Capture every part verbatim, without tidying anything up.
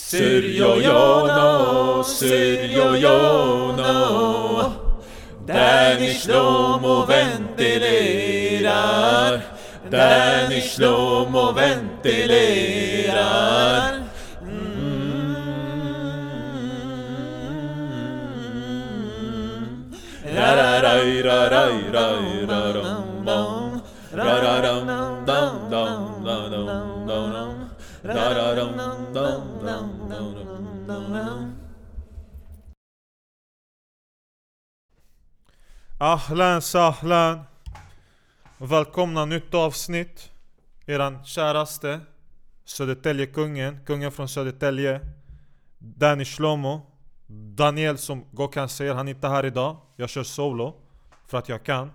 Sergio Jono, Sergio Jono. Danny Shlomo ventilerar, Danny Shlomo ventilerar. Ra-ra-rai, ra-rai, rai, ra-ram, bam. Ra-ra-ram, dam, dam, dam, dam, dam. Ra-ra-ram, dam, dam, dam, dam, dam. Ahlan sahlan. Välkomna nytt avsnitt. Eran käraste Södertälje-kungen, kungen från Södertälje, Danny Shlomo. Daniel som Gokan säger, han är inte här idag. Jag kör solo för att jag kan.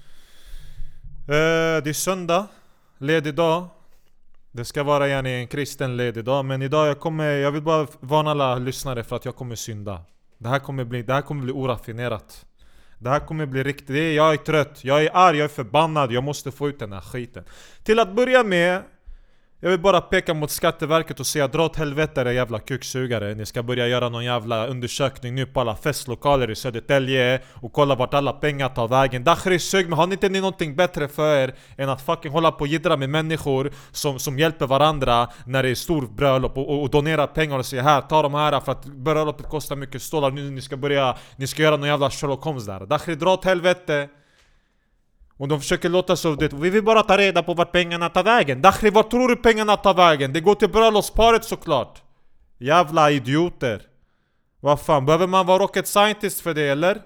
eh, Det är söndag, ledig dag. Det ska vara gärna en kristen ledig dag. Men idag jag kommer, jag vill bara varna alla lyssnare för att jag kommer synda. Det här kommer bli, det här kommer bli oraffinerat. Det här kommer bli riktigt, det är, jag är trött, jag är arg, jag är förbannad. Jag måste få ut den här skiten. Till att börja med, jag vill bara peka mot Skatteverket och säga: dra åt helvete era jävla kuksugare. Ni ska börja göra någon jävla undersökning nu på alla festlokaler i Södertälje och kolla vart alla pengar tar vägen. Dakhri sug, men har ni inte ni någonting bättre för er än att fucking hålla på och jiddra med människor som, som hjälper varandra när det är stor bröllop och, och, och donera pengar och säga: här, ta de här för att bröllopet kostar mycket stålar. Nu ni ska börja, ni ska göra någon jävla Sherlock Holmes där. Dakhri, dra åt helvete. Och de försöker låta så det. Vi vill bara ta reda på vart pengarna tar vägen. Dakhri, vart tror du pengarna tar vägen? Det går till bröllopsparet såklart. Jävla idioter. Vad fan, behöver man vara rocket scientist för det eller?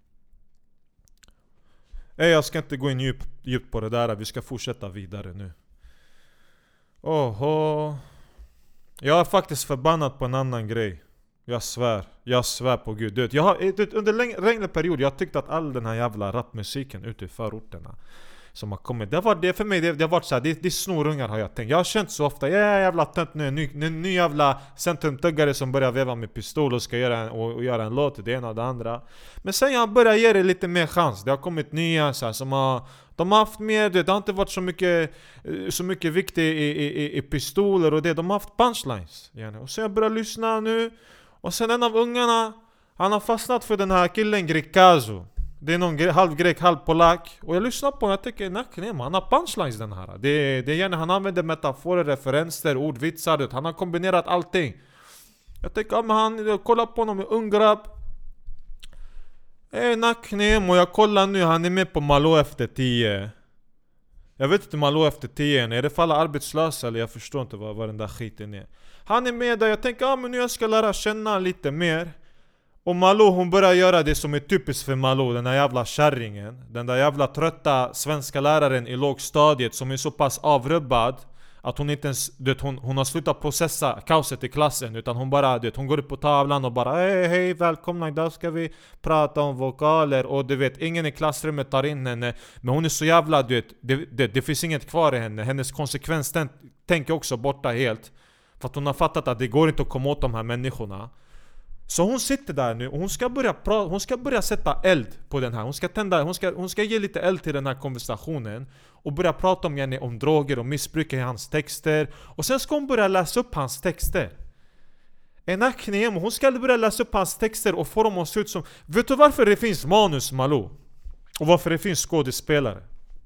Nej, jag ska inte gå in djupt, djupt på det där. Vi ska fortsätta vidare nu. Oho. Jag är faktiskt förbannad på en annan grej. Jag svär, jag svär på Gud. Du, jag har, under en längre, längre period jag tyckte att all den här jävla rapmusiken ute i förorterna som har kommit, det var det för mig, det, det har varit så här, det, det är snorungar har jag tänkt. Jag har känt så ofta, jag är jävla tönt nu, ny, ny, ny jävla centrumtuggare som börjar veva med pistol och ska göra en, och, och göra en låt, det ena och det andra. Men sen jag börjar ge det lite mer chans. Det har kommit nya så här, som har, de har haft mer, det har inte varit så mycket så mycket vikt i, i, i, i pistoler och det, de har haft punchlines gärna. Och sen jag börjar lyssna nu. Och sen en av ungarna, han har fastnat för den här killen Grekazo. Det är någon gre- halv grek, halv polak. Och jag lyssnar på honom, jag tycker, nej, han har punchlines den här. Det, det är gärna, han använder metaforer, referenser, ordvitsar. Han har kombinerat allting. Jag tycker, ja, men han, jag kollar på honom, ung grabb. Eh, nacknem, och jag kollar nu, han är med på Malå efter tio. Jag vet inte Malå efter tio, är det för alla arbetslösa eller jag förstår inte vad, vad den där skiten är. Han är med där, jag tänker, ja men nu jag ska lära känna lite mer. Och Malou, hon börjar göra det som är typiskt för Malou, den där jävla kärringen. Den där jävla trötta svenska läraren i lågstadiet som är så pass avrubbad att hon inte ens, det, hon, hon har slutat processa kaoset i klassen. Utan hon bara, det, hon går upp på tavlan och bara hej, hej, välkomna, idag ska vi prata om vokaler. Och du vet, ingen i klassrummet tar in henne. Men hon är så jävla, du vet, det, det, det finns inget kvar i henne. Hennes konsekvens tänker också borta helt. För att hon har fattat att det går inte att komma åt de här människorna. Så hon sitter där nu och hon ska börja pra- hon ska börja sätta eld på den här. Hon ska tända, hon ska, hon ska ge lite eld till den här konversationen. Och börja prata om, gärna, om droger och missbruk i hans texter. Och sen ska hon börja läsa upp hans texter. En aknem, hon ska börja läsa upp hans texter och få dem att se ut som... Vet du varför det finns manus, Malou? Och varför det finns skådespelare?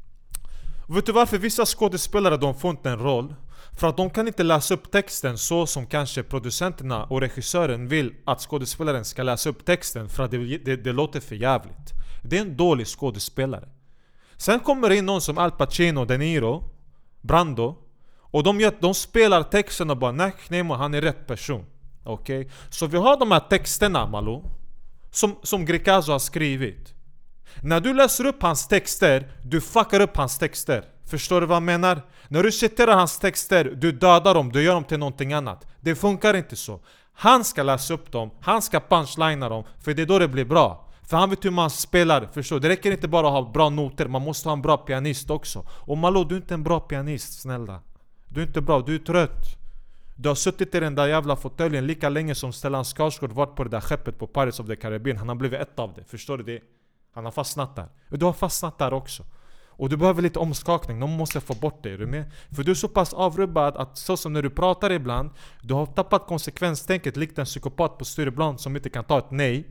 Och vet du varför vissa skådespelare de får inte en roll? För att de kan inte läsa upp texten så som kanske producenterna och regissören vill att skådespelaren ska läsa upp texten. För att det, det, det låter för jävligt. Det är en dålig skådespelare. Sen kommer det in någon som Al Pacino, De Niro, Brando. Och de, gör, de spelar texten och bara nej, nej, han är rätt person. Okej? Okay? Så vi har de här texterna, Malou, som, som Grekazo har skrivit. När du läser upp hans texter, du fuckar upp hans texter. Förstår du vad jag menar? När du citerar hans texter, du dödar dem, du gör dem till någonting annat. Det funkar inte så. Han ska läsa upp dem, han ska punchlina dem, för det är då det blir bra. För han vet hur man spelar, förstår. Det räcker inte bara att ha bra noter, man måste ha en bra pianist också. Och Malou, du är inte en bra pianist, snälla. Du är inte bra, du är trött. Du har suttit i den där jävla fåtöljen lika länge som Stellan Skarsgård varit på det där skeppet på Pirates of the Caribbean. Han har blivit ett av det, förstår du det? Han har fastnat där. Du har fastnat där också. Och du behöver lite omskakning, någon måste få bort dig, är du med? För du är så pass avrubbad att så som när du pratar ibland, du har tappat konsekvenstänket likt en psykopat på styrplan som inte kan ta ett nej.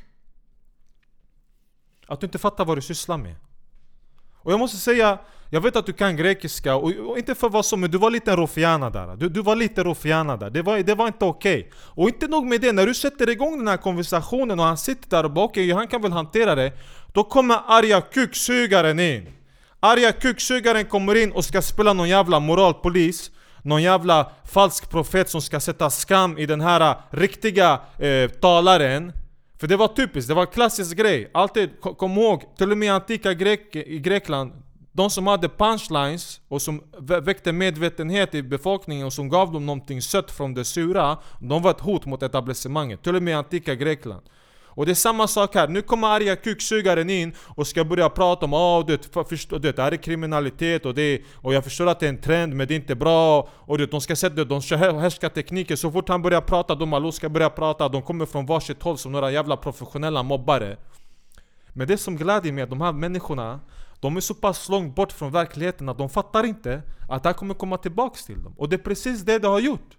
Att du inte fattar vad du sysslar med. Och jag måste säga, jag vet att du kan grekiska och, och inte för vad som, men du var lite rofiana där. Du, du var lite rofiana där. Det var, det var inte okej. Okay. Och inte nog med det, när du sätter igång den här konversationen och han sitter där och bara okej, okay, han kan väl hantera det. Då kommer arga kuksugaren in. Arga kuksugaren kommer in och ska spela någon jävla moralpolis. Någon jävla falsk profet som ska sätta skam i den här riktiga eh, talaren. För det var typiskt, det var en klassisk grej. Alltid, kom, kom ihåg, till och med antika grek, i Grekland, de som hade punchlines och som väckte medvetenhet i befolkningen och som gav dem någonting sött från det sura, de var ett hot mot etablissemanget. Till och med antika Grekland. Och det är samma sak här. Nu kommer arga kuksugaren in och ska börja prata om åh, det, förstå, det här är kriminalitet och, det, och jag förstår att det är en trend men det är inte bra. Och det, de ska sätta de ska härska tekniker. Så fort han börjar prata, de alla ska börja prata. De kommer från varsitt håll som några jävla professionella mobbare. Men det som glädjer mig är att de här människorna, de är så pass långt bort från verkligheten att de fattar inte att det här kommer komma tillbaks till dem. Och det är precis det det har gjort.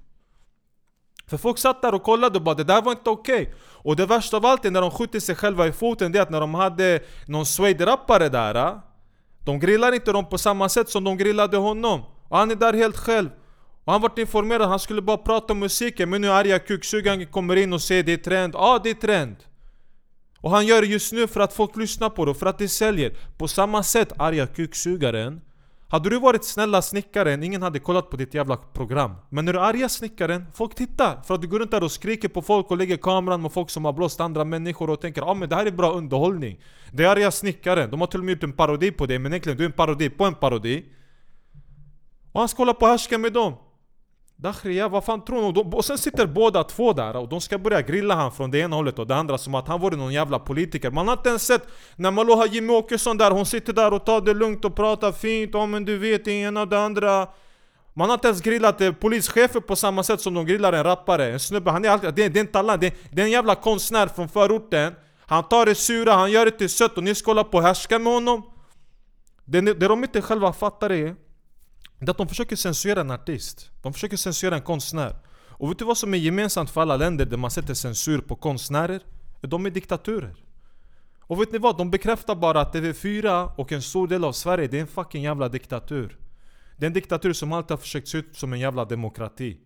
För folk satt där och kollade och bara, det där var inte okej. Okay. Och det värsta av allt är när de skjuter sig själva i foten, det är att när de hade någon Suede-rappare där, de grillar inte dem på samma sätt som de grillade honom. Och han är där helt själv. Och han vart informerad, han skulle bara prata om musiken. Men nu arga kuksugaren kommer in och säger det är trend. Ja, det är trend. Och han gör det just nu för att folk lyssnar på det, för att det säljer. På samma sätt, arga kuksugaren. Hade du varit snälla snickaren, ingen hade kollat på ditt jävla program. Men när du är arga snickaren, folk tittar. För att du går runt där och skriker på folk och lägger kameran med folk som har blåst andra människor och tänker ja ah, men det här är bra underhållning. Det är arga snickaren, de har till och med gjort en parodi på det. Men egentligen du är en parodi på en parodi. Och han ska hålla på och härska med dem. Dakhriya, vad fan tror du? Och sen sitter båda två där och de ska börja grilla han från det ena hållet och det andra som att han var någon jävla politiker. Man har inte ens sett när man har Jimmy Åkesson där, hon sitter där och tar det lugnt och pratar fint. Ja men du vet det ena och det andra. Man har inte ens grillat eh, polischefer på samma sätt som de grillar en rappare. En snubbe, han är alltid, det, det är inte alla, det, det är en jävla konstnär från förorten. Han tar det sura, han gör det till sött och ni ska hålla på och härska med honom. Det, det de inte själva fattar är det att de försöker censurera en artist. De försöker censurera en konstnär. Och vet du vad som är gemensamt för alla länder där man sätter censur på konstnärer? De är diktaturer. Och vet ni vad? De bekräftar bara att T V fyra och en stor del av Sverige, det är en fucking jävla diktatur. Det är en diktatur som alltid har försökt se ut som en jävla demokrati.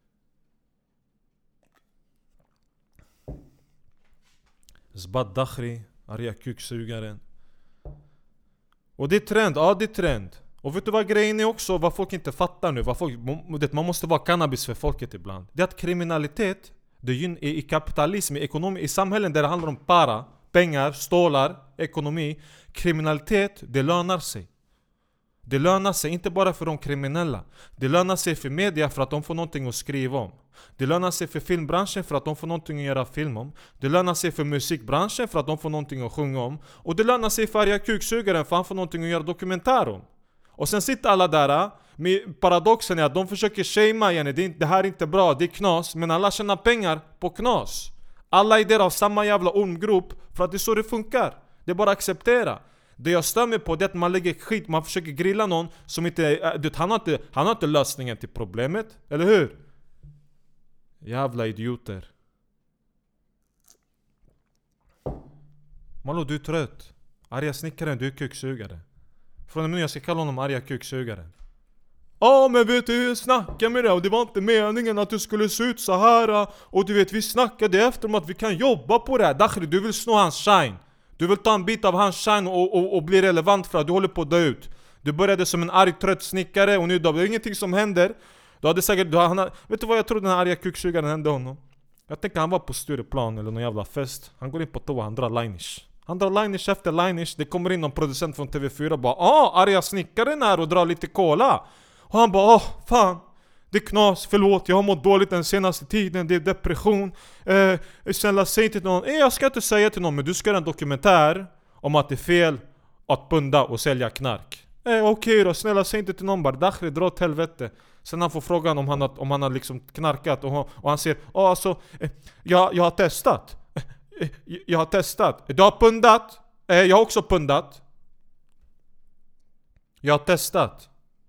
Zbad Dakhri, arga kuksugaren. Och det är trend, ja det är trend. Och vet du vad grejen är också, vad folk inte fattar nu, vad folk, man måste vara cannabis för folket ibland. Det är att kriminalitet, det är i kapitalism, i ekonomi, i samhällen där det handlar om para, pengar, stålar, ekonomi. Kriminalitet, det lönar sig. Det lönar sig inte bara för de kriminella. Det lönar sig för media för att de får någonting att skriva om. Det lönar sig för filmbranschen för att de får någonting att göra film om. Det lönar sig för musikbranschen för att de får någonting att sjunga om. Och det lönar sig för arga kuksugaren för att han får någonting att göra dokumentär om. Och sen sitter alla där med paradoxen är att de försöker shamea igen. Det, det här är inte bra, det är knas. Men alla tjänar pengar på knas. Alla är där av samma jävla ormgrop för att det är så det funkar. Det är bara att acceptera. Det jag stör mig på det är att man lägger skit, man försöker grilla någon som inte, du, han, har inte han har inte lösningen till problemet, eller hur? Jävla idioter. Malou, du är trött. Arga snickaren, du är kuksugare. Från och med nu jag ska kalla honom arga kuksugaren. Ja men vet du, jag snackade med dig och det var inte meningen att du skulle se ut så här. Och du vet, vi snackade efter om att vi kan jobba på det här. Dakhri, du vill snå hans shine. Du vill ta en bit av hans shine och, och, och bli relevant för att du håller på att dö ut. Du började som en arg trött snickare och nu det är ingenting som händer. Du hade säkert, du, han, vet du vad jag tror den här arga kuksugaren hände honom? Jag tänker han var på Stureplan eller någon jävla fest. Han går in på toa, han drar line-ish. Han drar line-ish efter line-ish. Det kommer in någon producent från T V fyra och bara ah, arga snickaren här och drar lite cola. Och han bara åh, fan. Det är knas, förlåt, jag har mått dåligt den senaste tiden. Det är depression. eh, Snälla, säg till någon. eh, Jag ska inte säga till någon, men du ska göra en dokumentär om att det är fel att bunda och sälja knark. eh, Okej okay då, snälla, säg inte till någon. Bara Dakhri, dra åt helvete. Sen han får frågan om han har, om han har liksom knarkat. Och, och han säger, ja alltså eh, jag, jag har testat. eh, Jag har testat. Du har pundat. eh, Jag har också pundat. Jag har testat.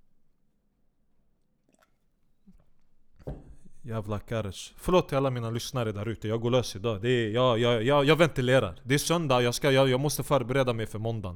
Jävla karch. Förlåt till alla mina lyssnare där ute. Jag går lös idag. Det är, jag, jag, jag, jag ventilerar. Det är söndag. Jag, ska, jag, jag måste förbereda mig för måndagen.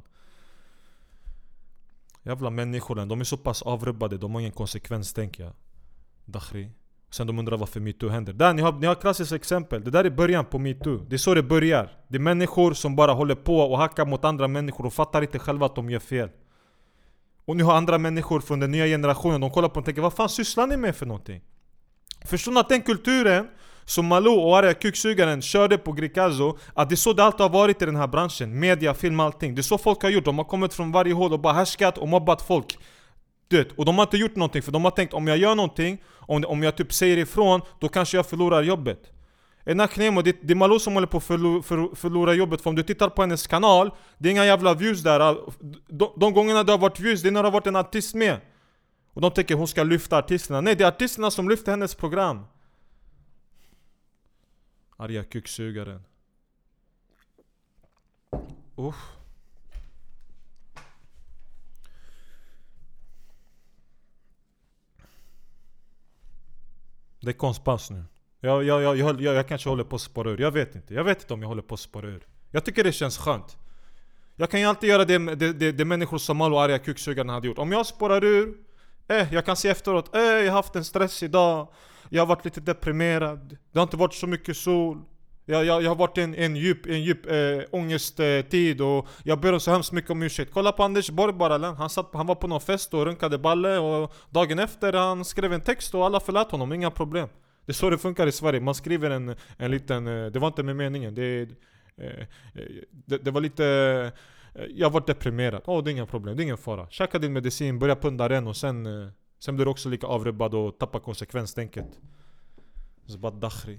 Jävla människorna. De är så pass avrubbade. De har ingen konsekvens, tänker jag. Dakhri. Sen de undrar varför MeToo händer. Där, ni har, ni har klassiskt exempel. Det där är början på MeToo. Det är så det börjar. Det är människor som bara håller på och hackar mot andra människor och fattar inte själva att de gör fel. Och nu har andra människor från den nya generationen, de kollar på och tänker, vad fan sysslar ni med för någonting? Förstår ni att den kulturen som Malou och Arga Kuksugaren körde på Grikazo, att det är så det alltid har varit i den här branschen. Media, film, allting. Det är så folk har gjort. De har kommit från varje håll och bara härskat och mobbat folk. Det. Och de har inte gjort någonting, för de har tänkt, om jag gör någonting, om, om jag typ säger ifrån, då kanske jag förlorar jobbet. Enaknemo, det, det är Malou som håller på att förlo, för, förlora jobbet. För om du tittar på hennes kanal, det är inga jävla views där. De, de gångerna det har varit views, det är när det har varit en artist med. Och de tänker hon ska lyfta artisterna. Nej, det är artisterna som lyfter hennes program. Arga kuksugaren. Uff. Det är konstpass nu. Jag, jag, jag, jag, jag, jag kanske håller på att spåra ur. Jag vet inte. Jag vet inte om jag håller på att spåra ur. Jag tycker det känns skönt. Jag kan ju alltid göra det, det, det, det människor som Malou och Arga Kuksugaren hade gjort. Om jag spårar ur, eh, jag kan se efteråt, eh, jag har haft en stress idag. Jag har varit lite deprimerad. Det har inte varit så mycket sol. Jag, jag, jag har varit i en, en djup, en djup äh, ångesttid och jag ber så hemskt mycket om ursäkt. Kolla på Anders Borg bara. Han, satt, han var på någon fest och runkade balle och dagen efter han skrev en text och alla förlät honom, inga problem. Det är så det funkar i Sverige. Man skriver en, en liten, det var inte med meningen. Det, det, det var lite, jag var deprimerad. Åh, oh, det är inga problem, det är ingen fara. Käka din medicin, börja punda den och sen, sen blir du också lika avrubbad och tappar konsekvenstänket. Zbat dakhri.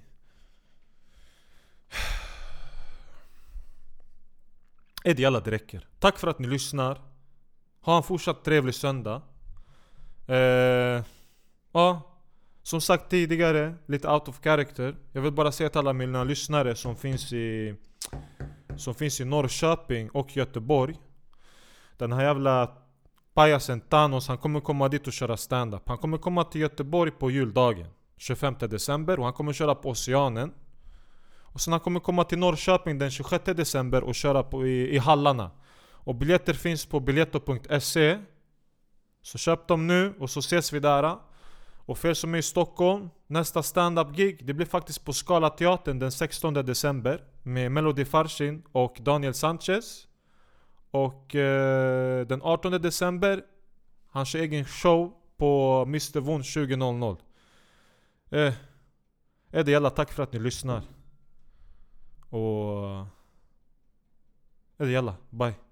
Edi, alla det räcker. Tack för att ni lyssnar. Ha en fortsatt trevlig söndag. eh, Ja, som sagt tidigare, lite out of character. Jag vill bara säga till alla mina lyssnare som finns i Som finns i Norrköping och Göteborg. Den här jävla pajasen Thanos, han kommer komma dit och köra stand-up. Han kommer komma till Göteborg på juldagen tjugofemte december och han kommer köra på Oceanen. Och sen han kommer komma till Norrköping den tjugosjätte december och köra på i, i hallarna. Och biljetter finns på biletto punkt se. Så köp dem nu och så ses vi där. Och för er som är i Stockholm, nästa stand-up-gig, det blir faktiskt på Skala Teatern den sextonde december med Melody Farshin och Daniel Sanchez. Och eh, den artonde december, han kör egen show på mister Von tjugo noll noll. Eh, är det alla, tack för att ni lyssnar. Och... Är det alla, bye.